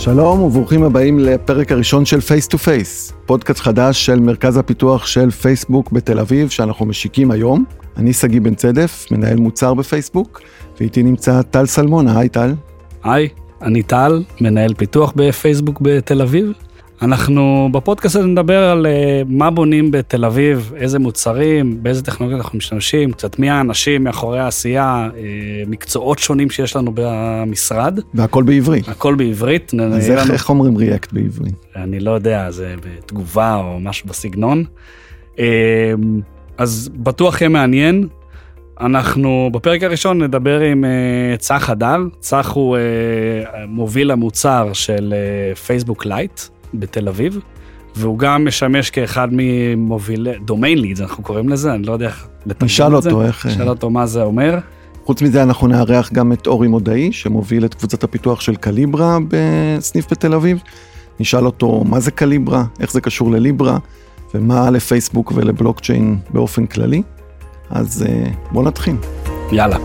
שלום וברוכים הבאים לפרק הראשון של Face to Face, פודקאסט חדש של מרכז הפיתוח של פייסבוק בתל אביב שאנחנו משיקים היום. אני סגי בן צדף, מנהל מוצר בפייסבוק, ואיתי נמצא טל סלמון. היי טל. היי, אני טל, מנהל פיתוח בפייסבוק בתל אביב. אנחנו בפודקאסט הזה נדבר על מה בונים בתל אביב, איזה מוצרים, באיזה טכנולוגיות אנחנו משתמשים, קצת מי האנשים מאחורי העשייה, מקצועות שונים שיש לנו במשרד. והכל בעברית. הכל בעברית. אז איך אומרים ריאקט בעברית? אני לא יודע, זה בתגובה או משהו בסגנון. אז בטוח יהיה מעניין. אנחנו בפרק הראשון נדבר עם צח הדר. צח הוא מוביל המוצר של פייסבוק לייט בתל אביב, והוא גם משמש כאחד ממובילי, דומיין לידס, אנחנו קוראים לזה, אני לא יודע איך לתרגם את זה. נשאל אותו מה זה אומר. חוץ מזה אנחנו נארח גם את אורי מודעי, שמוביל את קבוצת הפיתוח של קליברה בסניף בתל אביב. נשאל אותו מה זה קליברה, איך זה קשור לליברה, ומה לפייסבוק ולבלוקצ'יין באופן כללי. אז בוא נתחיל. יאללה.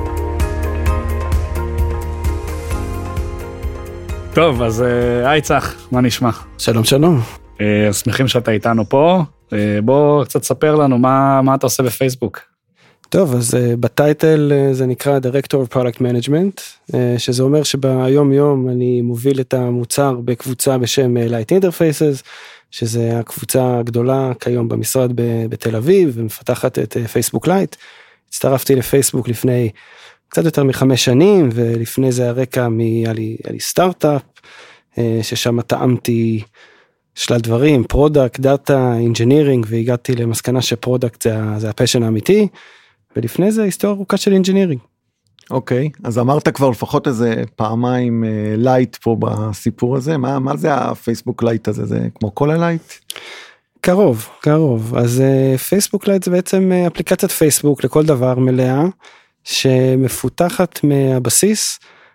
טוב, אז היי צח, מה נשמע? שלום, שלום. שמחים שאתה איתנו פה. בוא קצת ספר לנו מה אתה עושה בפייסבוק. טוב, אז בטייטל זה נקרא Director of Product Management, שזה אומר שביום יום אני מוביל את המוצר בקבוצה בשם Light Interfaces, שזה הקבוצה הגדולה כיום במשרד בתל אביב, ומפתחת את פייסבוק לייט. הצטרפתי לפייסבוק לפני קצת יותר מ5 שנים, ולפני זה הרקע היה לי סטארט-אפ, ששם טעמתי שלל דברים, פרודקט, דאטה, אינג'ינירינג, והגעתי למסקנה שפרודקט זה הפשן האמיתי, ולפני זה היסטוריה ארוכה של אינג'ינירינג. אוקיי, אז אמרת כבר לפחות איזה פעמיים לייט פה בסיפור הזה, מה זה הפייסבוק לייט הזה, זה כמו כל הלייט? קרוב, אז פייסבוק לייט זה בעצם אפליקציית פייסבוק לכל דבר מלאה, שמפותחת מהבסיס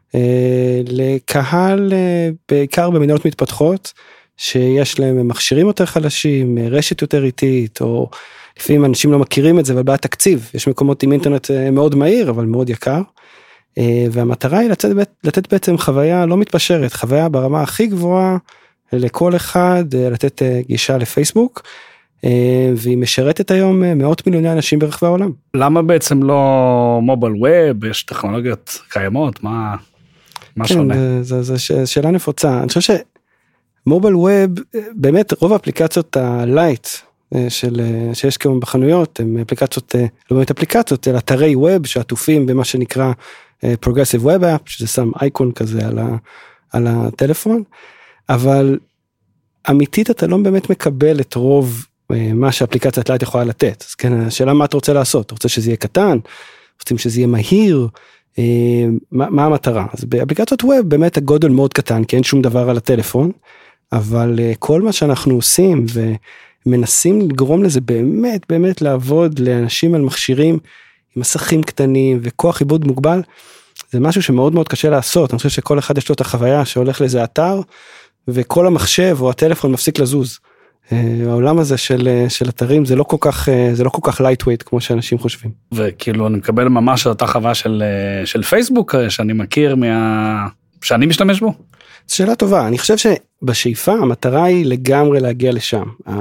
לקהל בעיקר במדינות מתפתחות, שיש להם מכשירים יותר חלשים, רשת יותר איטית, או לפעמים אנשים לא מכירים את זה, אבל בעד תקציב, יש מקומות עם אינטרנט מאוד מהיר, אבל מאוד יקר, והמטרה היא לתת בעצם חוויה לא מתפשרת, חוויה ברמה הכי גבוהה לכל אחד, לתת גישה לפייסבוק, והיא משרתת היום מאות מיליוני אנשים ברחבי העולם. למה בעצם לא מובייל ווב, יש טכנולוגיות קיימות, מה שונה? כן, זו שאלה נפוצה, אני חושב שמובייל ווב, באמת רוב האפליקציות הלייט, שיש כמובן בחנויות, הם אפליקציות, לא באמת אפליקציות, אלא אתרי ווב שעטופים במה שנקרא Progressive Web App, שזה שם אייקון כזה על הטלפון, אבל אמיתית אתה לא באמת מקבל את רוב מה שהאפליקציית לייט יכולה לתת. אז כן, השאלה מה אתה רוצה לעשות? אתה רוצה שזה יהיה קטן? רוצים שזה יהיה מהיר? מה המטרה? אז באפליקציות ווב באמת הגודל מאוד קטן, כי אין שום דבר על הטלפון, אבל כל מה שאנחנו עושים ומנסים לגרום לזה באמת לעבוד לאנשים על מכשירים עם מסכים קטנים וכוח עיבוד מוגבל, זה משהו שמאוד מאוד קשה לעשות. אני חושב שכל אחד יש לו את החוויה שהולך לאיזה אתר, וכל המחשב או הטלפון מפסיק לזוז. העולם הזה של אתרים זה לא כל כך lightweight כמו שאנשים חושבים. וכאילו אני מקבל ממש אותה חוויה של פייסבוק שאני מכיר שאני משתמש בו. זו שאלה טובה. אני חושב שבשאיפה המטרה היא לגמרי להגיע לשם.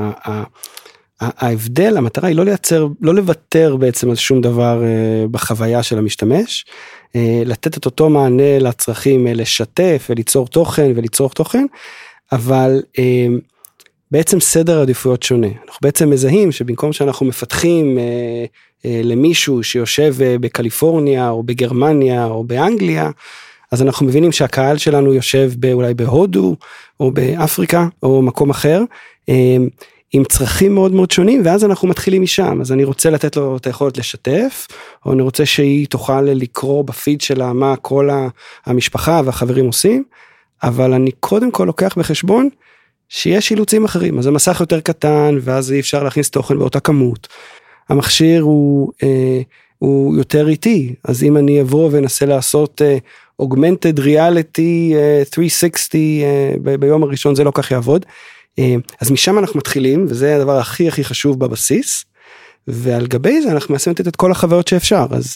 ההבדל, המטרה היא לא לוותר בעצם על שום דבר בחוויה של המשתמש, לתת את אותו מענה לצרכים, לשתף וליצור תוכן, אבל בעצם סדר עדיפויות שונה. אנחנו בעצם מזהים שבמקום שאנחנו מפתחים למישהו שיושב בקליפורניה או בגרמניה או באנגליה, אז אנחנו מבינים שהקהל שלנו יושב אולי בהודו או באפריקה או מקום אחר, עם צרכים מאוד מאוד שונים, ואז אנחנו מתחילים משם. אז אני רוצה לתת לו את היכולת לשתף, או אני רוצה שהיא תוכל לקרוא בפיד שלה מה כל המשפחה והחברים עושים, אבל אני קודם כל לוקח בחשבון שיש אילוצים אחרים. אז המסך יותר קטן, ואז אי אפשר להכניס תוכן באותה כמות. המכשיר הוא יותר איטי, אז אם אני אבוא ונסה לעשות augmented reality 360 ביום הראשון, זה לא כך יעבוד. אז משם אנחנו מתחילים, וזה הדבר הכי הכי חשוב בבסיס, ועל גבי זה אנחנו מנסים לתת את כל החוויות שאפשר. אז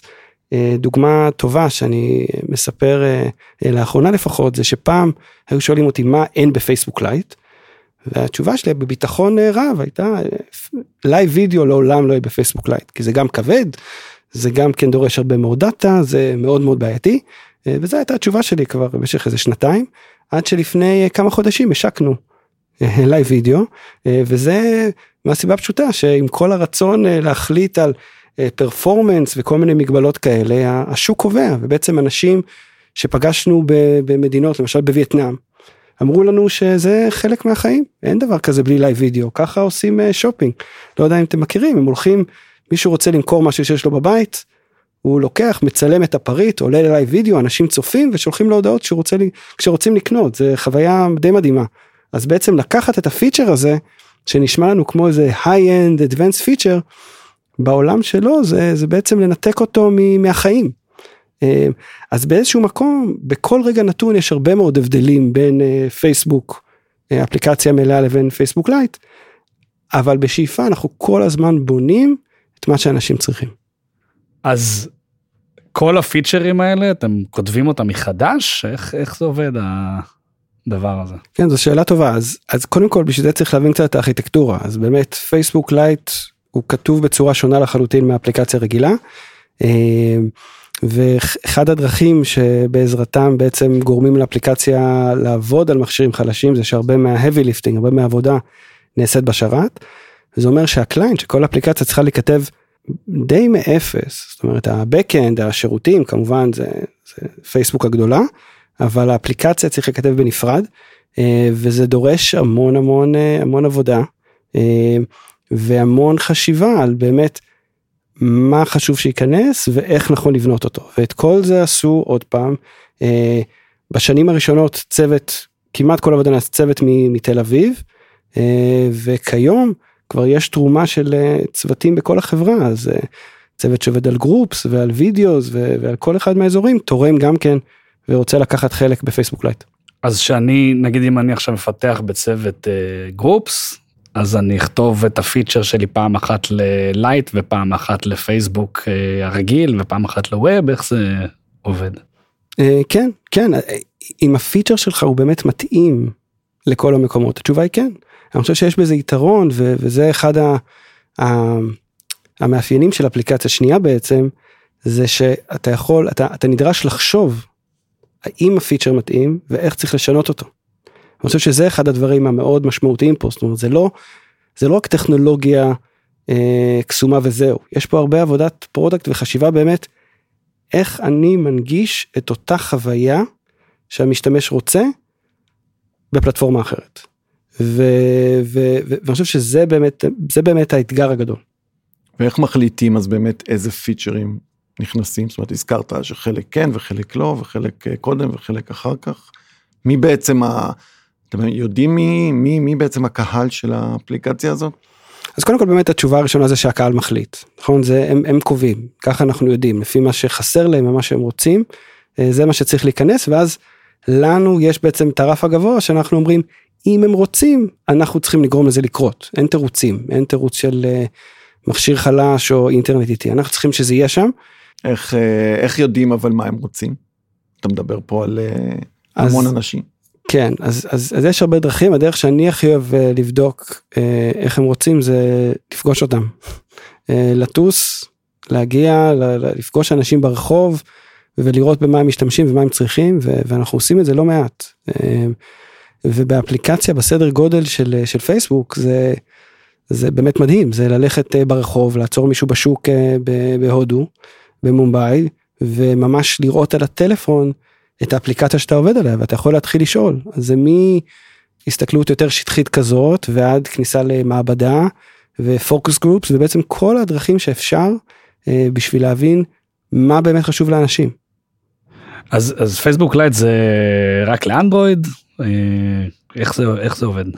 דוגמה טובה שאני מספר לאחרונה לפחות, זה שפעם היו שואלים אותי מה אין בפייסבוק לייט, והתשובה שלי בביטחון רב הייתה, לייב וידאו לעולם לא יהיה בפייסבוק לייט, כי זה גם כבד, זה גם כן דורש הרבה מאוד דאטה, זה מאוד מאוד בעייתי, וזו הייתה התשובה שלי כבר במשך איזה שנתיים, עד שלפני כמה חודשים השקנו לייב וידאו, וזה מהסיבה פשוטה, שעם כל הרצון להחליט על פרפורמנס וכל מיני מגבלות כאלה, השוק קובע, ובעצם אנשים שפגשנו במדינות, למשל בווייטנאם, אמרו לנו שזה חלק מהחיים, אין דבר כזה בלי לייב וידאו, ככה עושים שופינג, לא יודע אם אתם מכירים, הם הולכים, מישהו רוצה למכור משהו שיש לו בבית, הוא לוקח, מצלם את הפריט, עולה ללייב וידאו, אנשים צופים ושולחים לו הודעות כשרוצים לקנות, זה חוויה די מדהימה, אז בעצם לקחת את הפיצ'ר הזה, שנשמע לנו כמו איזה high-end advanced feature, בעולם שלו זה בעצם לנתק אותו מהחיים. אז באיזשהו מקום, בכל רגע נתון יש הרבה מאוד הבדלים בין פייסבוק, אפליקציה מלאה לבין פייסבוק לייט, אבל בשאיפה אנחנו כל הזמן בונים את מה שאנשים צריכים. אז כל הפיצ'רים האלה, אתם כותבים אותם מחדש? איך זה עובד הדבר הזה? כן, זו שאלה טובה. אז קודם כל, בשביל זה צריך להבין קצת את הארכיטקטורה. אז באמת, פייסבוק לייט הוא כתוב בצורה שונה לחלוטין מהאפליקציה רגילה, ואחד הדרכים שבעזרתם בעצם גורמים לאפליקציה לעבוד על מכשירים חלשים, זה שהרבה מה-heavy lifting, הרבה מהעבודה נעשית בשרת, וזה אומר שהקליינט, שכל אפליקציה צריכה להיכתב די מאפס, זאת אומרת, ה-backend, השירותים, כמובן זה פייסבוק הגדולה, אבל האפליקציה צריך להיכתב בנפרד, וזה דורש המון עבודה, והמון חשיבה על באמת, מה חשוב שייכנס, ואיך נכון לבנות אותו, ואת כל זה עשו עוד פעם, בשנים הראשונות צוות, כמעט כל עבודה נעשה צוות מתל אביב, וכיום כבר יש תרומה של צוותים בכל החברה, אז צוות שעובד על גרופס ועל וידאוס ועל כל אחד מהאזורים, תורם גם כן ורוצה לקחת חלק בפייסבוק לייט. אז שאני, נגיד אם אני עכשיו מפתח בצוות גרופס, אז אני אכתוב את הפיצ'ר שלי פעם אחת ללייט ופעם אחת לפייסבוק הרגיל ופעם אחת לווב, איך זה עובד? כן, אם הפיצ'ר שלך הוא באמת מתאים לכל המקומות, התשובה היא כן. אני חושב שיש בזה יתרון, וזה אחד המאפיינים של אפליקציה שנייה בעצם, זה שאתה יכול, אתה נדרש לחשוב, האם הפיצ'ר מתאים, ואיך צריך לשנות אותו. אני חושב שזה אחד הדברים המאוד משמעותיים פה, זאת אומרת, זה לא רק טכנולוגיה קסומה וזהו, יש פה הרבה עבודת פרודקט וחשיבה באמת, איך אני מנגיש את אותה חוויה, שהמשתמש רוצה, בפלטפורמה אחרת. ואני חושב שזה באמת האתגר הגדול. ואיך מחליטים אז באמת איזה פיצ'רים נכנסים? זאת אומרת, הזכרת שחלק כן וחלק לא, וחלק קודם וחלק אחר כך. מי בעצם, אתם יודעים מי בעצם הקהל של האפליקציה הזאת? אז קודם כל באמת התשובה הראשונה זה שהקהל מחליט, נכון? הם קובעים, ככה אנחנו יודעים, לפי מה שחסר להם ומה שהם רוצים, זה מה שצריך להיכנס, ואז לנו יש בעצם את הרף הגבוה שאנחנו אומרים, אם הם רוצים, אנחנו צריכים לגרום לזה לקרות, אין תירוצים, אין תירוץ של מכשיר חלש או אינטרנט איטי, אנחנו צריכים שזה יהיה שם. איך יודעים אבל מה הם רוצים? אתה מדבר פה על המון אנשים. כן, אז יש הרבה דרכים, הדרך שאני הכי אוהב לבדוק איך הם רוצים, זה לפגוש אותם. לטוס, להגיע, לפגוש אנשים ברחוב, ולראות במה הם משתמשים ומה הם צריכים, ואנחנו עושים את זה לא מעט. ובאפליקציה בסדר גודל של פייסבוק, זה באמת מדהים, זה ללכת ברחוב, לעצור מישהו בשוק בהודו, במומביי, וממש לראות על הטלפון את האפליקציה שאתה עובד עליה, ואתה יכול להתחיל לשאול. אז זה מהסתכלות יותר שטחית כזאת, ועד כניסה למעבדה, ופוקוס גרופס, ובעצם כל הדרכים שאפשר, בשביל להבין מה באמת חשוב לאנשים. אז פייסבוק לייט זה רק לאנדרואיד? איך זה עובד?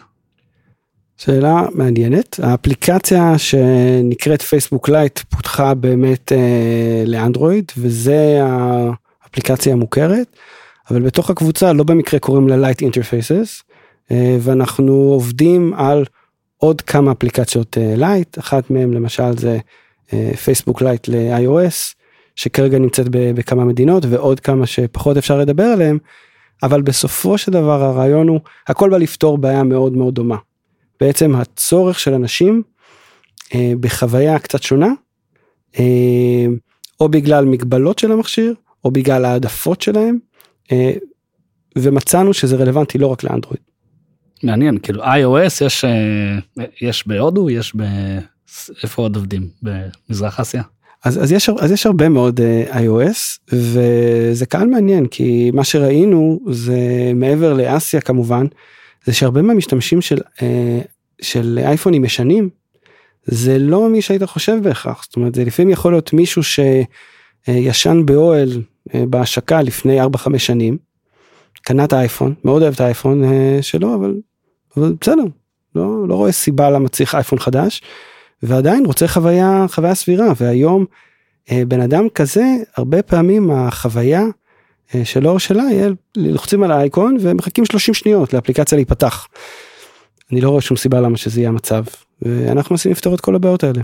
שאלה מעניינת. האפליקציה שנקראת פייסבוק לייט פותחה באמת לאנדרואיד, וזה האפליקציה המוכרת, אבל בתוך הקבוצה לא במקרה קוראים לה לייט אינטרפייסס, ואנחנו עובדים על עוד כמה אפליקציות לייט, אחת מהן למשל זה פייסבוק לייט ל-iOS, שכרגע נמצאת בכמה מדינות, ועוד כמה שפחות אפשר לדבר עליהם, אבל בסופו של דבר הרעיון הוא, הכל בא לפתור בעיה מאוד מאוד דומה. בעצם הצורך של אנשים, בחוויה קצת שונה, או בגלל מגבלות של המכשיר, או בגלל העדפות שלהם, ומצאנו שזה רלוונטי לא רק לאנדרואיד. מעניין, כאילו iOS יש בהודו, איפה עוד עובדים? במזרח אסיה? אז יש הרבה מאוד iOS, וזה קהל מעניין, כי מה שראינו, זה מעבר לאסיה כמובן, זה שהרבה מהמשתמשים של אייפונים ישנים, זה לא מי שהיית חושב בהכרח, זאת אומרת, זה לפעמים יכול להיות מישהו שישן באוהל בהשקה לפני 4-5 שנים, קנה את האייפון, מאוד אוהב את האייפון שלו, אבל בסדר, לא רואה סיבה למה צריך אייפון חדש, ועדיין רוצה חוויה סבירה, והיום בן אדם כזה, הרבה פעמים החוויה שלו או שלה, לוחצים על האייקון, ומחכים 30 שניות לאפליקציה להיפתח. אני לא רואה שום סיבה למה שזה יהיה המצב, ואנחנו מנסים לפתור את כל הבעיות האלה.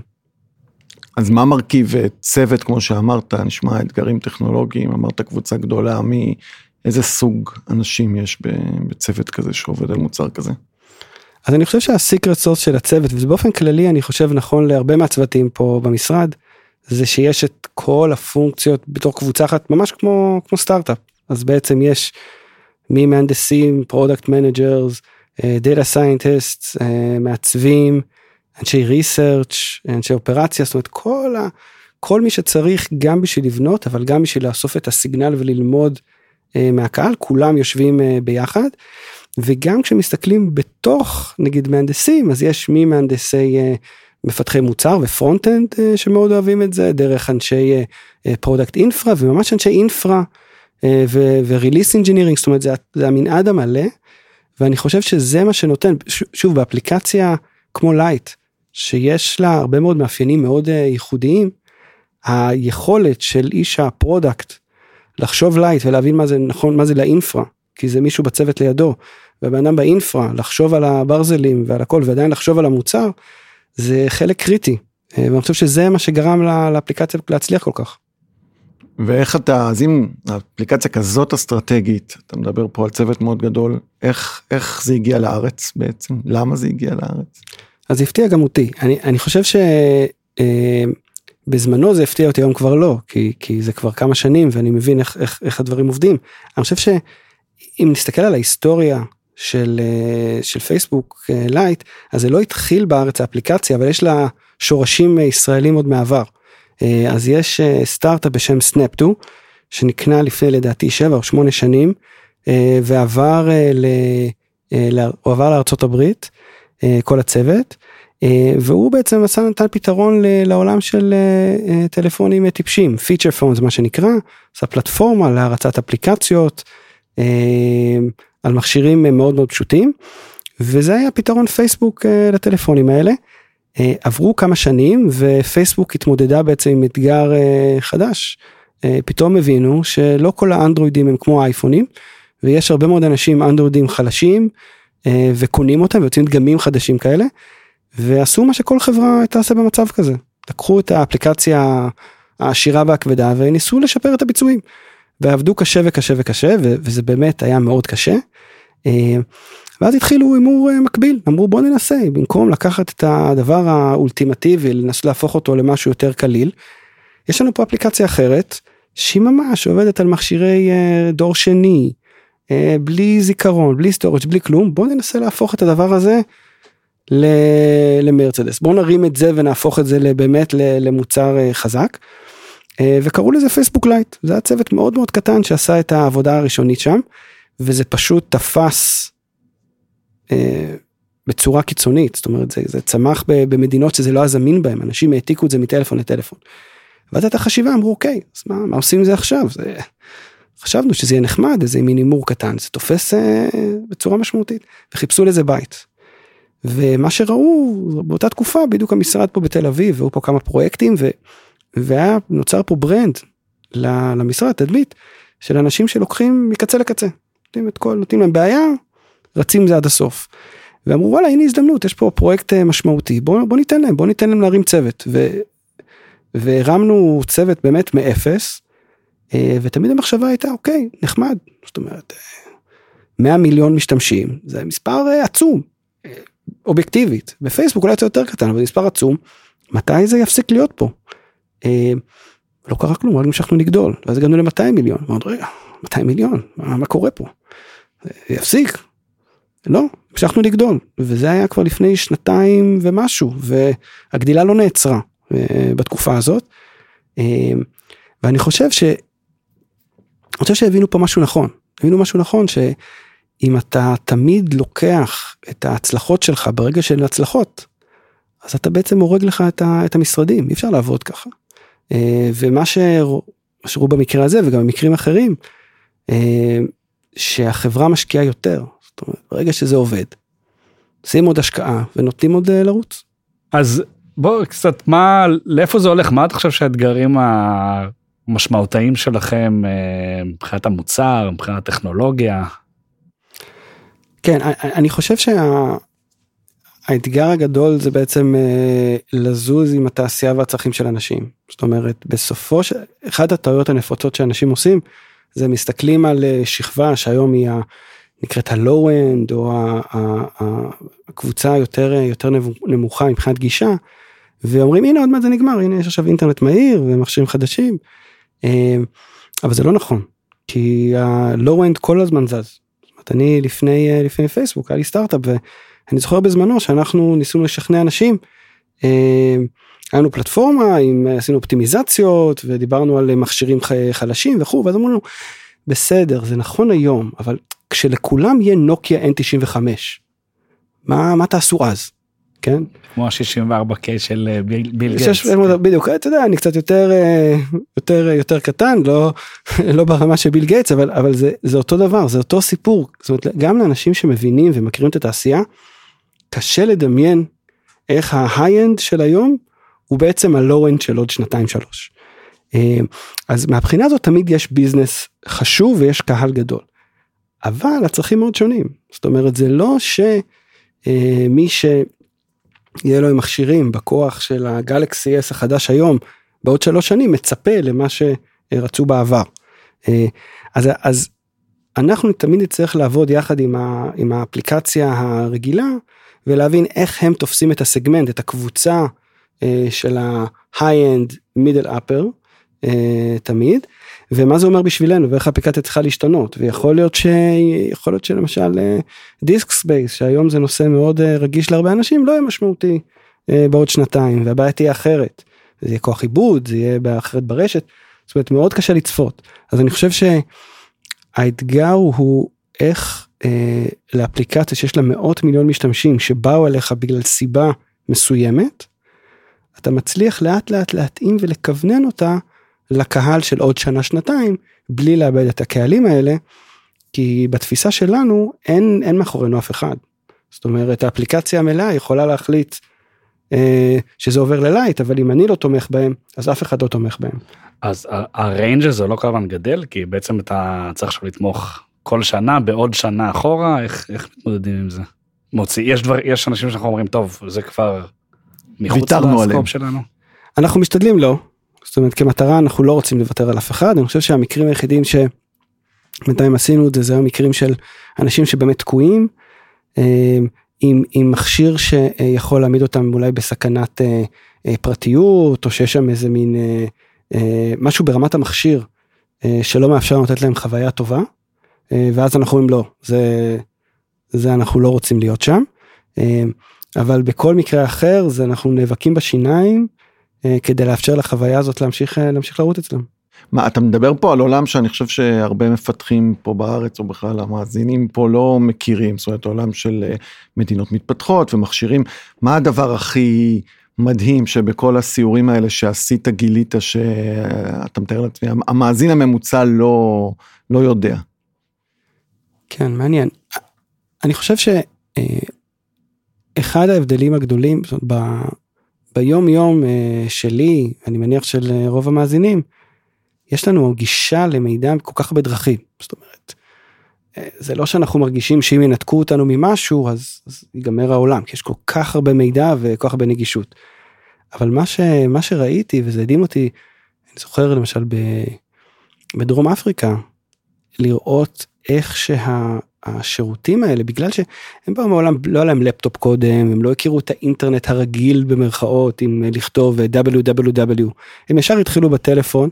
אז מה מרכיב צוות, כמו שאמרת, נשמע אתגרים טכנולוגיים, אמרת קבוצה גדולה, איזה סוג אנשים יש בצוות כזה שעובד על מוצר כזה? אז אני חושב שהסיקרט סורס של הצוות, וזה באופן כללי אני חושב נכון להרבה מהצוותים פה במשרד, זה שיש את כל הפונקציות בתור קבוצה אחת, ממש כמו סטארט-אפ. אז בעצם יש ממהנדסים, פרודקט מנג'רס, דאטה סיינטיסטס, מעצבים, אנשי ריסרצ', אנשי אופרציה, זאת אומרת כל מי שצריך גם בשביל לבנות, אבל גם בשביל לאסוף את הסיגנל וללמוד מהקהל, כולם יושבים ביחד, וגם כשמסתכלים בתוך נגיד מהנדסים, אז יש ממהנדסי מפתחי מוצר ופרונט-אנד שמאוד אוהבים את זה, דרך אנשי פרודקט אינפרה, וממש אנשי אינפרה וריליס אינג'ינירינג, זאת אומרת זה המנעד המלא, ואני חושב שזה מה שנותן, שוב באפליקציה כמו לייט, שיש לה הרבה מאוד מאפיינים מאוד ייחודיים, היכולת של איש הפרודקט, לחשוב לייט ולהבין מה זה נכון, מה זה לאינפרה, כי זה מישהו בצוות לידו, ובאדם באינפרה, לחשוב על הברזלים ועל הכל, ועדיין לחשוב על המוצר, זה חלק קריטי, ואני חושב שזה מה שגרם לאפליקציה להצליח כל כך. ואיך אז אם האפליקציה כזאת אסטרטגית, אתה מדבר פה על צוות מאוד גדול, איך זה הגיע לארץ בעצם? למה זה הגיע לארץ? אז זה הפתיע גם אותי, אני חושב בזמנו זה הפתיע אותי, היום כבר לא, כי זה כבר כמה שנים, ואני מבין איך הדברים עובדים. אני חושב שאם נסתכל על ההיסטוריה של פייסבוק לייט, אז זה לא התחיל בארץ האפליקציה, אבל יש לה שורשים ישראלים עוד מעבר. אז יש סטארט-אפ בשם Snap2, שנקנה לפני לדעתי 7 או 8 שנים, ועבר לארצות הברית, כל הצוות, והוא בעצם נתן פתרון לעולם של טלפונים טיפשים, feature phones מה שנקרא, עושה פלטפורמה להרצת אפליקציות, על מכשירים מאוד מאוד פשוטים, וזה היה פתרון פייסבוק לטלפונים האלה. עברו כמה שנים, ופייסבוק התמודדה בעצם עם אתגר חדש, פתאום הבינו שלא כל האנדרואידים הם כמו האייפונים, ויש הרבה מאוד אנשים אנדרואידים חלשים, וקונים אותם, ויוצאים דגמים חדשים כאלה, ועשו מה שכל חברה תעשה במצב כזה. לקחו את האפליקציה העשירה והכבדה, וניסו לשפר את הביצועים. ועבדו קשה וקשה וקשה, וזה באמת היה מאוד קשה. ואז התחילו אימור מקביל, אמרו בוא ננסה, במקום לקחת את הדבר האולטימטיבי, לנסות להפוך אותו למשהו יותר קליל, יש לנו פה אפליקציה אחרת, שהיא ממש עובדת על מכשירי דור שני, בלי זיכרון, בלי סטורג', בלי כלום, בוא ננסה להפוך את הדבר הזה למרצדס, בוא נרים את זה ונהפוך את זה באמת למוצר חזק, וקראו לזה פייסבוק לייט, זה היה צוות מאוד מאוד קטן שעשה את העבודה הראשונית שם, וזה פשוט תפס בצורה קיצונית, זאת אומרת זה צמח במדינות שזה לא הזמין בהם, אנשים העתיקו את זה מטלפון לטלפון, ואז הייתה חשיבה, אמרו אוקיי, אז מה עושים זה עכשיו, חשבנו שזה יהיה נחמד, איזה מין אימור קטן, זה תופס בצורה משמעותית, וחיפשו לזה בית, ומה שראו באותה תקופה, בדיוק המשרד פה בתל אביב, והיו פה כמה פרויקטים, והיה נוצר פה ברנד למשרד, תדמית, של אנשים שלוקחים מקצה לקצה, נותנים להם בעיה, רצים זה עד הסוף, ואמרו וואלה הנה הזדמנות, יש פה פרויקט משמעותי, בוא ניתן להם להרים צוות, והרמנו צוות באמת מאפס, ותמיד המחשבה הייתה, אוקיי, נחמד, זאת אומרת, 100 מיליון משתמשים, זה מספר עצום, אובייקטיבית, בפייסבוק אולי יותר קטן, אבל זה מספר עצום, מתי זה יפסיק להיות פה? לא קרה כלום, רק המשכנו לגדול, ואז הגענו ל-200 מיליון, ועוד רגע, 200 מיליון, מה קורה פה? זה יפסיק? לא, המשכנו לגדול, וזה היה כבר לפני 2 ומשהו, והגדילה לא נעצרה בתקופה הזאת, ואני חושב שהבינו פה משהו נכון, הבינו משהו נכון, שאם אתה תמיד לוקח את ההצלחות שלך ברגע של הצלחות, אז אתה בעצם הורג לך את המשרדים, אי אפשר לעבוד ככה. ומה שראו במקרה הזה, וגם במקרים אחרים, שהחברה משקיעה יותר, זאת אומרת, ברגע שזה עובד, עושים עוד השקעה, ונותנים עוד לרוץ. אז בוא קצת, לאיפה זה הולך? מה אתה חושב שהאתגרים המשמעותיים שלכם, מבחינת המוצר, מבחינת הטכנולוגיה? כן, אני חושב האתגר הגדול זה בעצם לזוז עם התעשייה והצרכים של אנשים. זאת אומרת, אחד הטעויות הנפוצות שאנשים עושים, זה מסתכלים על שכבה שהיום היא נקראת ה-low-end, או הקבוצה יותר נמוכה מבחינת גישה, ואומרים, הנה עוד מעט זה נגמר, הנה יש עכשיו אינטרנט מהיר ומכשירים חדשים, אבל זה לא נכון, כי ה-low-end כל הזמן זז. זאת אומרת, אני לפני פייסבוק, היה לי סטארט-אפ, ואני זוכר בזמנו שאנחנו ניסינו לשכנע אנשים, היה לנו פלטפורמה, עשינו אופטימיזציות, ודיברנו על מכשירים חלשים וכו', ואז אמרנו, בסדר, זה נכון היום, אבל כשלכולם יהיה נוקיה N95, מה תעשו אז? כן? כמו ה-64K של ביל גייטס. בדיוק, אתה יודע, אני קצת יותר קטן, לא ברמה של ביל גייטס, אבל זה אותו דבר, זה אותו סיפור. זאת אומרת, גם לאנשים שמבינים ומכירים את התעשייה, קשה לדמיין איך ה-high-end של היום, הוא בעצם ה-low-end של עוד 2-3. אז מהבחינה הזאת תמיד יש ביזנס חשוב ויש קהל גדול. אבל הצרכים מאוד שונים. זאת אומרת, זה לא שמי שיהיה לו עם מכשירים בכוח של הגלקסי S החדש היום, בעוד 3 שנים מצפה למה שרצו בעבר. אז אנחנו תמיד נצטרך לעבוד יחד עם האפליקציה הרגילה, ולהבין איך הם תופסים את הסגמנט, את הקבוצה של ה-high-end, middle upper, תמיד, ומה זה אומר בשבילנו, ואיך האפליקציה צריכה להשתנות, ויכול להיות שלמשל דיסק ספייס, שהיום זה נושא מאוד רגיש להרבה אנשים, לא יהיה משמעותי בעוד 2, והבעיה תהיה אחרת, זה יהיה כוח עיבוד, זה יהיה אחרת ברשת, זאת אומרת מאוד קשה לצפות, אז אני חושב שהאתגר הוא איך לאפליקציה שיש לה 100 מיליון משתמשים, שבאו אליך בגלל סיבה מסוימת, אתה מצליח לאט לאט להתאים ולכוונן אותה לקהל של עוד 1-2, בלי לאבד את הקהלים האלה, כי בתפיסה שלנו אין מאחורינו אף אחד. זאת אומרת, האפליקציה המלאה יכולה להחליט שזה עובר ללייט, אבל אם אני לא תומך בהם, אז אף אחד לא תומך בהם. אז הריינג' הזה לא כל הזמן גדל, כי בעצם אתה צריך עכשיו לתמוך כל שנה, בעוד שנה אחורה, איך מתמודדים עם זה? יש אנשים שאנחנו אומרים, טוב, זה כבר מחוץ לסקופ שלנו. אנחנו משתדלים לא, זאת אומרת, כמטרה אנחנו לא רוצים לוותר על אף אחד, אני חושב שהמקרים היחידים שבינתיים עשינו את זה, זה המקרים של אנשים שבאמת תקועים, עם מכשיר שיכול להעמיד אותם אולי בסכנת פרטיות, או שיש שם איזה מין משהו ברמת המכשיר, שלא מאפשר לתת להם חוויה טובה, ואז אנחנו אומרים לא, זה אנחנו לא רוצים להיות שם, אבל בכל מקרה אחר, זה אנחנו נאבקים בשיניים, כדי לאפשר לחוויה הזאת להמשיך לרוץ אצלם. מה, אתה מדבר פה על עולם שאני חושב שהרבה מפתחים פה בארץ, או בכלל המאזינים פה לא מכירים, זאת אומרת, העולם של מדינות מתפתחות ומכשירים, מה הדבר הכי מדהים שבכל הסיורים האלה שעשית גילית, שאתה מתאר לעצמי, המאזין הממוצע לא יודע? כן, מעניין. אני חושב שאחד ההבדלים הגדולים, זאת אומרת, ביום יום שלי, אני מניח של רוב המאזינים, יש לנו גישה למידע כל כך הרבה דרכים. זאת אומרת, זה לא שאנחנו מרגישים שאם ינתקו אותנו ממשהו, אז ייגמר העולם, כי יש כל כך הרבה מידע וכל כך הרבה נגישות. אבל מה שראיתי, וזה הדהים אותי, אני זוכר למשל בדרום אפריקה, לראות איך שהשירותים האלה, בגלל שהם באו מעולם, לא היה להם לפטופ קודם, הם לא הכירו את האינטרנט הרגיל במרכאות, עם לכתוב www, הם ישר התחילו בטלפון,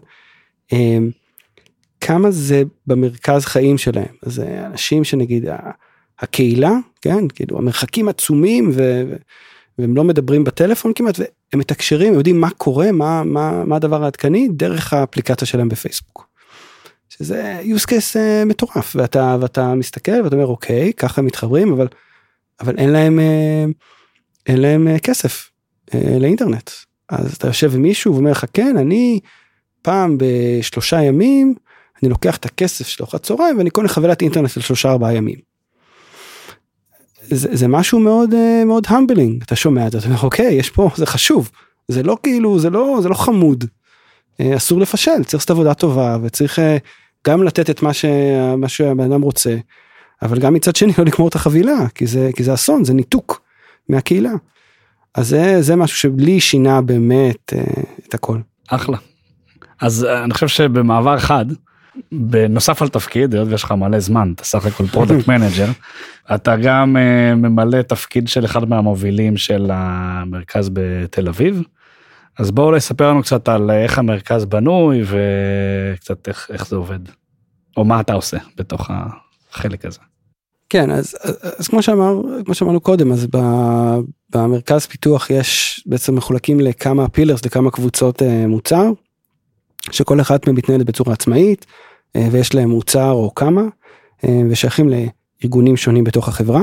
כמה זה במרכז חיים שלהם, אז אנשים שנגיד, הקהילה, כן, כאילו המרחקים עצומים, והם לא מדברים בטלפון כמעט, והם מתקשרים, הם יודעים מה קורה, מה הדבר העדכני, דרך האפליקציה שלהם בפייסבוק. שזה use case מטורף, ואתה מסתכל, ואתה אומר, אוקיי, ככה הם מתחברים, אבל אין להם כסף לאינטרנט. אז אתה יושב עם מישהו, ואומר לך, כן, אני פעם ב3 ימים, אני לוקח את הכסף של ארוחת צהריים, ואני קונה חבילת אינטרנט של 3-4 ימים. זה משהו מאוד מאוד המבלינג, אתה שומע את זה, אתה אומר, אוקיי, יש פה, זה חשוב, זה לא כאילו, זה לא חמוד, אסור לפשל, צריך לעשות עבודה טובה, וצריך גם לתת את מה שהבן אדם רוצה, אבל גם מצד שני לא לקמור את החבילה, כי זה אסון, זה ניתוק מהקהילה. אז זה משהו שבלי שינה באמת את הכל. אחלה. אז אני חושב שבמעבר חד, בנוסף על תפקיד, יש לך מלא זמן, אתה סך הכל פרודקט מנג'ר, אתה גם ממלא תפקיד של אחד מהמובילים של המרכז בתל אביב, אז בואו לספר לנו קצת על איך המרכז בנוי, וקצת איך זה עובד, או מה אתה עושה בתוך החלק הזה. כן, אז כמו שאמרנו קודם, אז במרכז פיתוח יש בעצם מחולקים לכמה פילרס, לכמה קבוצות מוצר, שכל אחת מהם מתנהלת בצורה עצמאית, ויש להם מוצר או כמה, ושייכים לארגונים שונים בתוך החברה,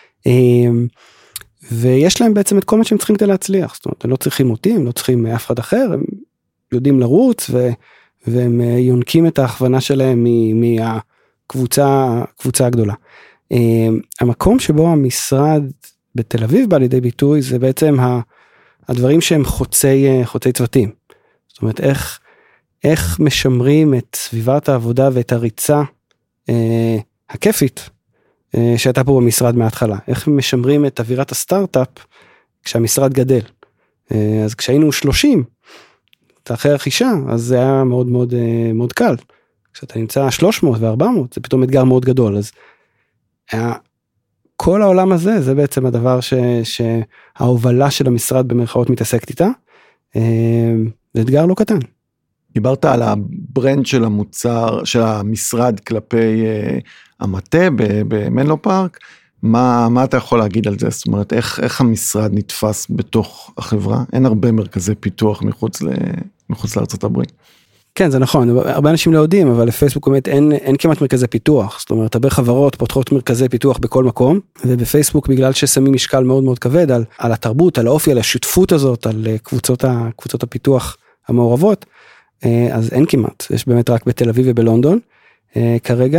ויש להם בעצם את כל מה שהם צריכים כדי להצליח, זאת אומרת, הם לא צריכים אותי, הם לא צריכים אף אחד אחר, הם יודעים והם יונקים את ההכוונה שלהם מהקבוצה הגדולה. המקום שבו המשרד בתל אביב בא לידי ביטוי, זה בעצם הדברים שהם חוצי צוותים, זאת אומרת, איך משמרים את סביבת העבודה ואת הריצה הכיפית שהייתה פה במשרד מההתחלה. איך משמרים את אווירת הסטארט-אפ כשהמשרד גדל. אז כשהיינו 30, אחרי הרכישה, אז זה היה מאוד מאוד מאוד קל. כשאתה נמצא 300 ו400, זה פתאום אתגר מאוד גדול. אז כל העולם הזה, זה בעצם הדבר שההובלה של המשרד במרכאות מתעסקת איתה. זה אתגר לא קטן. דיברת על הברנד של המוצר, של המשרד כלפי המטה במנלו פארק, מה אתה יכול להגיד על זה? זאת אומרת, איך המשרד נתפס בתוך החברה? אין הרבה מרכזי פיתוח מחוץ לארצות הברית. כן, זה נכון, הרבה אנשים לא יודעים, אבל לפייסבוק באמת אין כמעט מרכזי פיתוח, זאת אומרת, הרבה חברות פותחות מרכזי פיתוח בכל מקום, ובפייסבוק בגלל ששמים משקל מאוד מאוד כבד על התרבות, על האופי, על השותפות הזאת, על קבוצות הפיתוח המעורבות, אז אין כמעט, יש באמת רק בתל אביב ובלונדון כרגע,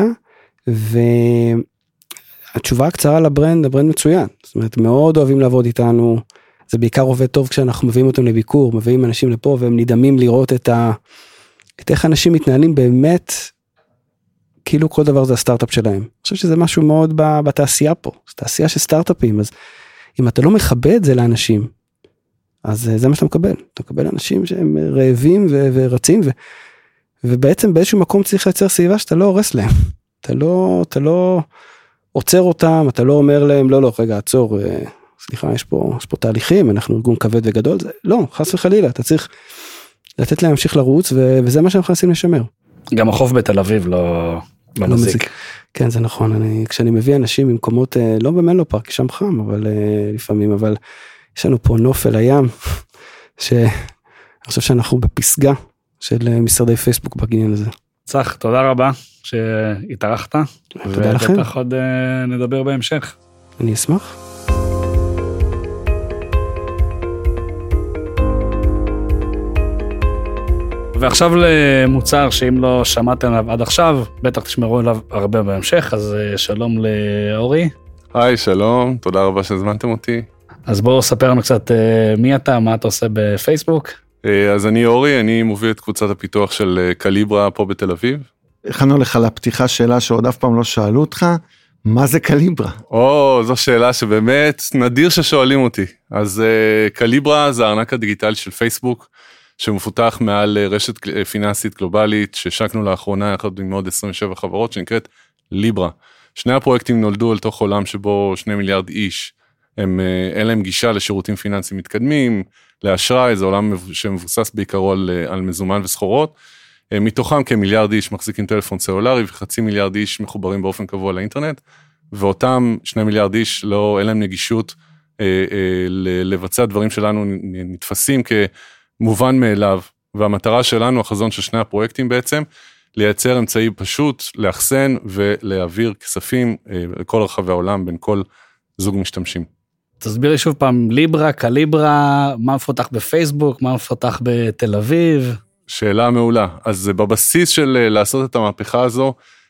והתשובה הקצרה לברנד, הברנד מצוין, זאת אומרת, מאוד אוהבים לעבוד איתנו, זה בעיקר עובד טוב כשאנחנו מביאים אותם לביקור, מביאים אנשים לפה, והם נדהמים לראות את איך אנשים מתנהלים באמת, כאילו כל דבר זה הסטארט-אפ שלהם. אני חושב שזה משהו מאוד בתעשייה פה, זו תעשייה של סטארט-אפים, אז אם אתה לא מכבד זה לאנשים, אז זה מה שאתה מקבל. אתה מקבל אנשים שהם רעבים ורצים, ובעצם באיזשהו מקום צריך לייצר סביבה שאתה לא הורס להם. אתה לא עוצר אותם, אתה לא אומר להם, לא, רגע, עצור, סליחה, יש פה תהליכים, אנחנו ארגון כבד וגדול, לא, חס וחלילה, אתה צריך לתת להם להמשיך לרוץ, וזה מה שאנחנו מנסים לשמר. גם החוף בתל אביב לא מזיק. כן, זה נכון, כשאני מביא אנשים ממקומות, לא במנלו פארק, שם חם, אבל לפעמים, אבל יש לנו פה נוף אל הים, שאני חושב שאנחנו בפסגה של משרדי פייסבוק בגניין הזה. צח, תודה רבה שהתארחת, תודה לכם. ובטח עוד נדבר בהמשך. אני אשמח. ועכשיו למוצר שאם לא שמעתם עליו עד עכשיו, בטח תשמרו עליו הרבה בהמשך, אז שלום לאורי. היי, שלום, תודה רבה שהזמנתם אותי. אז בואו ספר לנו קצת מי אתה, מה אתה עושה בפייסבוק. אז אני אורי, אני מוביל את קבוצת הפיתוח של קליברה פה בתל אביב. הכנו לך לפתיחה שאלה שעוד אף פעם לא שאלו אותך, מה זה קליברה? זו שאלה שבאמת נדיר ששואלים אותי. אז קליברה זה הארנק הדיגיטלי של פייסבוק, שמפותח מעל רשת פיננסית גלובלית, שהשקנו לאחרונה יחד עם עוד 27 חברות, שנקראת ליברה. שני הפרויקטים נולדו אל תוך עולם שבו 2 מיליארד איש, אין להם גישה לשירותים פיננסיים מתקדמים, לאשראי, זה עולם שמבוסס בעיקרו על מזומן וסחורות, מתוכם כמיליארד איש מחזיקים טלפון סלולרי, וחצי מיליארד איש מחוברים באופן קבוע לאינטרנט, ואותם 2 מיליארד איש אין להם נגישות לבצע דברים שלנו נתפסים כמובן מאליו, והמטרה שלנו, החזון של שני הפרויקטים בעצם, לייצר אמצעי פשוט, לאחסן ולהעביר כספים לכל רחבי העולם בין כל זוג משתמשים. תסביר לי שוב פעם, ליברה, קליברה, מה מפותח בפייסבוק, מה מפותח בתל אביב? שאלה מעולה. אז בבסיס של לעשות את המהפכה הזו,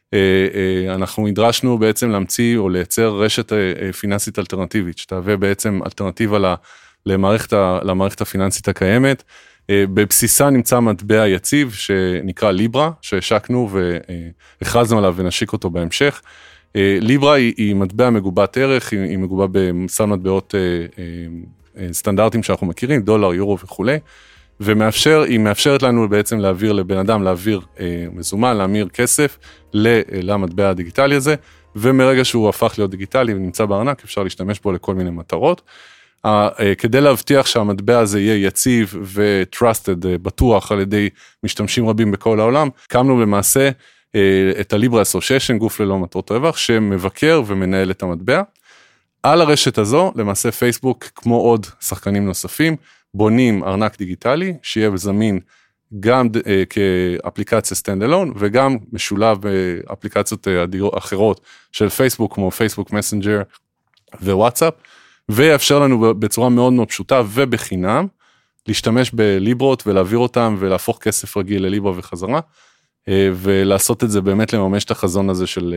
אנחנו נדרשנו בעצם להמציא או לייצר רשת פיננסית אלטרנטיבית, שתהווה בעצם אלטרנטיבה למערכת הפיננסית הקיימת. בבסיסה נמצא מטבע יציב שנקרא ליברה, שהשקנו והכרזנו עליו ונשיק אותו בהמשך. ליברה היא מטבע מגובת ערך, היא מגובה במסל מטבעות סטנדרטים שאנחנו מכירים, דולר, יורו וכו'. והיא מאפשרת לנו בעצם להעביר לבן אדם, להעביר מזומן, להמיר כסף למטבע הדיגיטלי הזה, ומרגע שהוא הפך להיות דיגיטלי ונמצא בארנק, אפשר להשתמש בו לכל מיני מטרות. כדי להבטיח שהמטבע הזה יהיה יציב ו-trusted, בטוח על ידי משתמשים רבים בכל העולם, קמנו למעשה את הליברה אסושיישן, גוף ללא מטרות רווח, שמבקר ומנהל את המטבע. על הרשת הזו, למעשה פייסבוק, כמו עוד שחקנים נוספים, בונים ארנק דיגיטלי, שיהיה זמין גם כאפליקציה סטנד-אלון, וגם משולב באפליקציות אחרות של פייסבוק, כמו פייסבוק מסנג'ר ווואטסאפ, ויאפשר לנו בצורה מאוד מאוד פשוטה ובחינם, להשתמש בליברות ולהעביר אותם ולהפוך כסף רגיל לליברה וחזרה, ולעשות את זה באמת לממש את החזון הזה של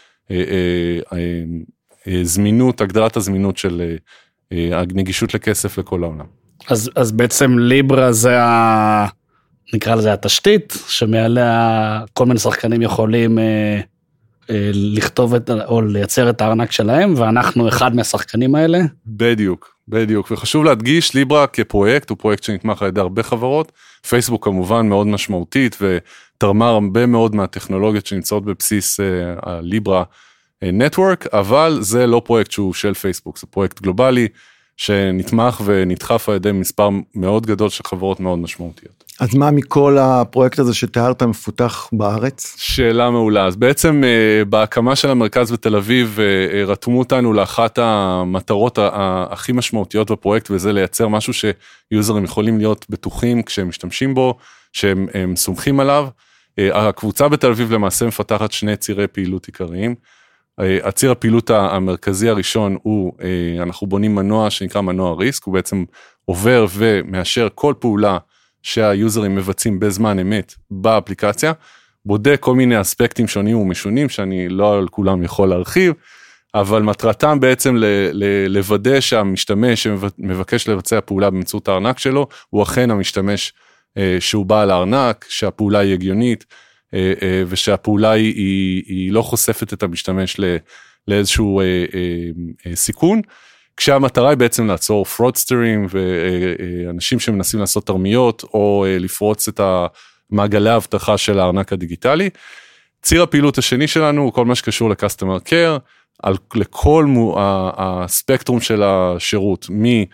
זמינות, הגדלת הזמינות של הנגישות לכסף לכל העולם. אז בעצם ליברה זה נקרא לזה התשתית, שמעליה כל מיני שחקנים יכולים לכתוב או לייצר את הארנק שלהם, ואנחנו אחד מהשחקנים האלה. בדיוק, וחשוב להדגיש, ליברה כפרויקט, הוא פרויקט שנתמך על ידי הרבה חברות, פייסבוק כמובן מאוד משמעותית, ותרמה הרבה מאוד מהטכנולוגיות שנמצאות בבסיס הליברה נטוורק, אבל זה לא פרויקט שהוא של פייסבוק, זה פרויקט גלובלי, שנתמך ונדחף על ידי מספר מאוד גדול של חברות מאוד משמעותיות. אז מה מכל הפרויקט הזה שתיארת מפותח בארץ? שאלה מעולה. אז בעצם בהקמה של המרכז בתל אביב, רתמו אותנו לאחת המטרות הכי משמעותיות בפרויקט, וזה לייצר משהו שיוזרים יכולים להיות בטוחים כשהם משתמשים בו, שהם סומכים עליו. הקבוצה בתל אביב למעשה מפתחת 2 צירי פעילות עיקריים. הציר הפעילות המרכזי הראשון הוא, אנחנו בונים מנוע שנקרא מנוע ריסק, הוא בעצם עובר ומאשר כל פעולה שהיוזרים מבצעים בזמן אמת באפליקציה, בודק כל מיני אספקטים שונים ומשונים, שאני לא על כולם יכול להרחיב, אבל מטרתם בעצם לוודא שהמשתמש שמבקש לבצע פעולה באמצעות הארנק שלו, הוא אכן המשתמש שהוא בעל הארנק, שהפעולה היא הגיונית, ושהפעולה היא לא חושפת את המשתמש לאיזשהו סיכון, כשהמטרה היא בעצם לעצור פרודסטרים ואנשים שמנסים לעשות תרמיות או לפרוץ את מעגלי ההבטחה של הארנק הדיגיטלי. ציר הפעילות השני שלנו הוא כל מה שקשור לקסטומר קר, לכל הספקטרום של השירות,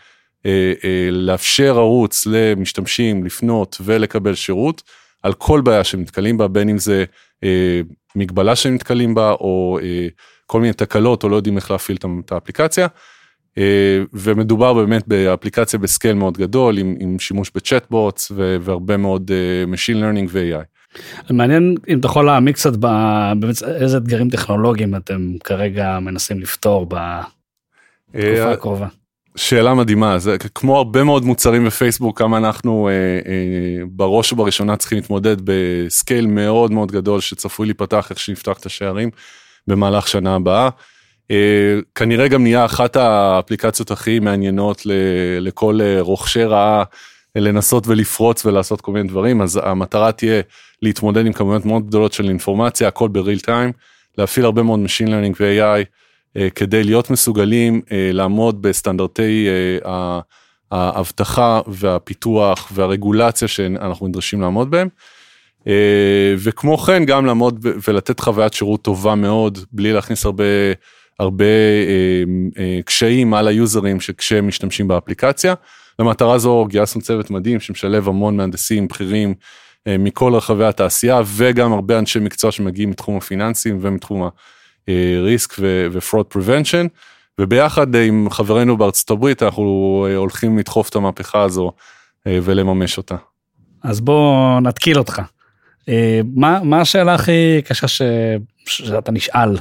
לאפשר ערוץ למשתמשים לפנות ולקבל שירות, על כל בעיה שמתקלים בה, בין אם זה מגבלה שמתקלים בה, או כל מיני תקלות, או לא יודעים איך להפעיל את האפליקציה, ומדובר באמת באפליקציה בסקייל מאוד גדול, עם שימוש בצ'אטבוטס, והרבה מאוד Machine Learning ו-AI. מעניין אם אתה יכול להעמיק קצת איזה אתגרים טכנולוגיים אתם כרגע מנסים לפתור בתקופה הקרובה. שאלה מדהימה, זה כמו הרבה מאוד מוצרים בפייסבוק, כמה אנחנו בראש ובראשונה צריכים להתמודד בסקייל מאוד מאוד גדול, שצפוי להיפתח איך שנפתח את השערים במהלך שנה הבאה. כנראה גם נהיה אחת האפליקציות הכי מעניינות לכל רוכשי רעה, לנסות ולפרוץ ולעשות כל מיני דברים, אז המטרה תהיה להתמודד עם כמויות מאוד גדולות של אינפורמציה, הכל בריל טיים, להפעיל הרבה מאוד Machine Learning ו-AI, כדי להיות מסוגלים לעמוד בסטנדרטי ההבטחה והפיתוח והרגולציה שאנחנו נדרשים לעמוד בהם, וכמו כן גם לעמוד ולתת חוויית שירות טובה מאוד, בלי להכניס הרבה קשיים על היוזרים כשהם משתמשים באפליקציה. למטרה זו גייסנו צוות מדהים שמשלב המון מהנדסים בכירים מכל רחבי התעשייה, וגם הרבה אנשי מקצוע שמגיעים מתחום הפיננסים ומתחום ה-risk ו-fraud prevention, וביחד עם חברינו בארצות הברית אנחנו הולכים לדחוף את המהפכה הזו ולממש אותה. אז בוא נתקיל אותך. מה השאלה הכי קשה שאתה נשאל?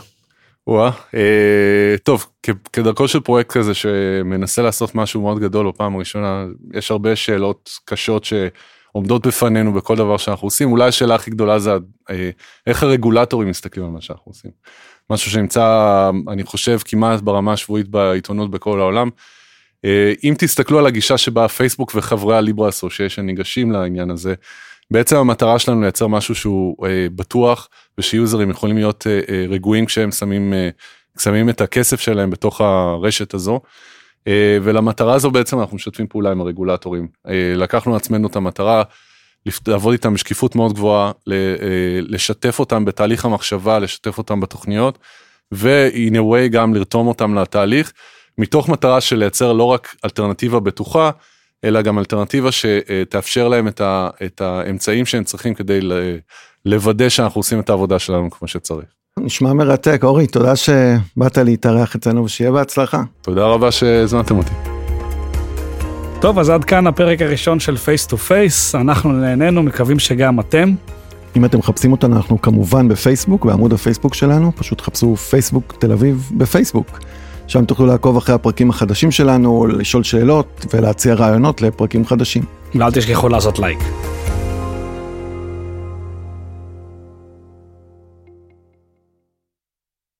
טוב, כדרכו של פרויקט כזה שמנסה לעשות משהו מאוד גדול בפעם הראשונה, יש הרבה שאלות קשות שעומדות בפנינו בכל דבר שאנחנו עושים. אולי השאלה הכי גדולה זה איך הרגולטורים מסתכלים על מה שאנחנו עושים. משהו שנמצא, אני חושב, כמעט ברמה השבועית בעיתונות בכל העולם. אם תסתכלו על הגישה שבה פייסבוק וחברי הליברה אסושיישן ניגשים לעניין הזה, בעצם המטרה שלנו לייצר משהו שהוא בטוח, ושיוזרים יכולים להיות רגועים כשהם שמים את הכסף שלהם בתוך הרשת הזו, ולמטרה הזו בעצם אנחנו משתפים פעולה עם הרגולטורים. לקחנו לעצמנו את המטרה, לעבוד איתם בשקיפות מאוד גבוהה, לשתף אותם בתהליך המחשבה, לשתף אותם בתוכניות, ו-in a way גם לרתום אותם לתהליך, מתוך מטרה של לייצר לא רק אלטרנטיבה בטוחה, אלא גם אלטרנטיבה שתאפשר להם את האמצעים שהם צריכים כדי לוודא שאנחנו עושים את העבודה שלנו כמו שצריך. נשמע מרתק, אורי, תודה שבאת להתארח אצלנו ושיהיה בהצלחה. תודה רבה שהזמנתם אותי. טוב, אז עד כאן הפרק הראשון של Face to Face, אנחנו נהנינו, מקווים שגם אתם. אם אתם מחפשים אותנו, אנחנו כמובן בפייסבוק, בעמוד הפייסבוק שלנו, פשוט חפשו פייסבוק תל אביב בפייסבוק. שם תוכלו לעקוב אחרי הפרקים החדשים שלנו, לשאול שאלות ולהציע רעיונות לפרקים חדשים. ואל תשכחו לעשות לייק.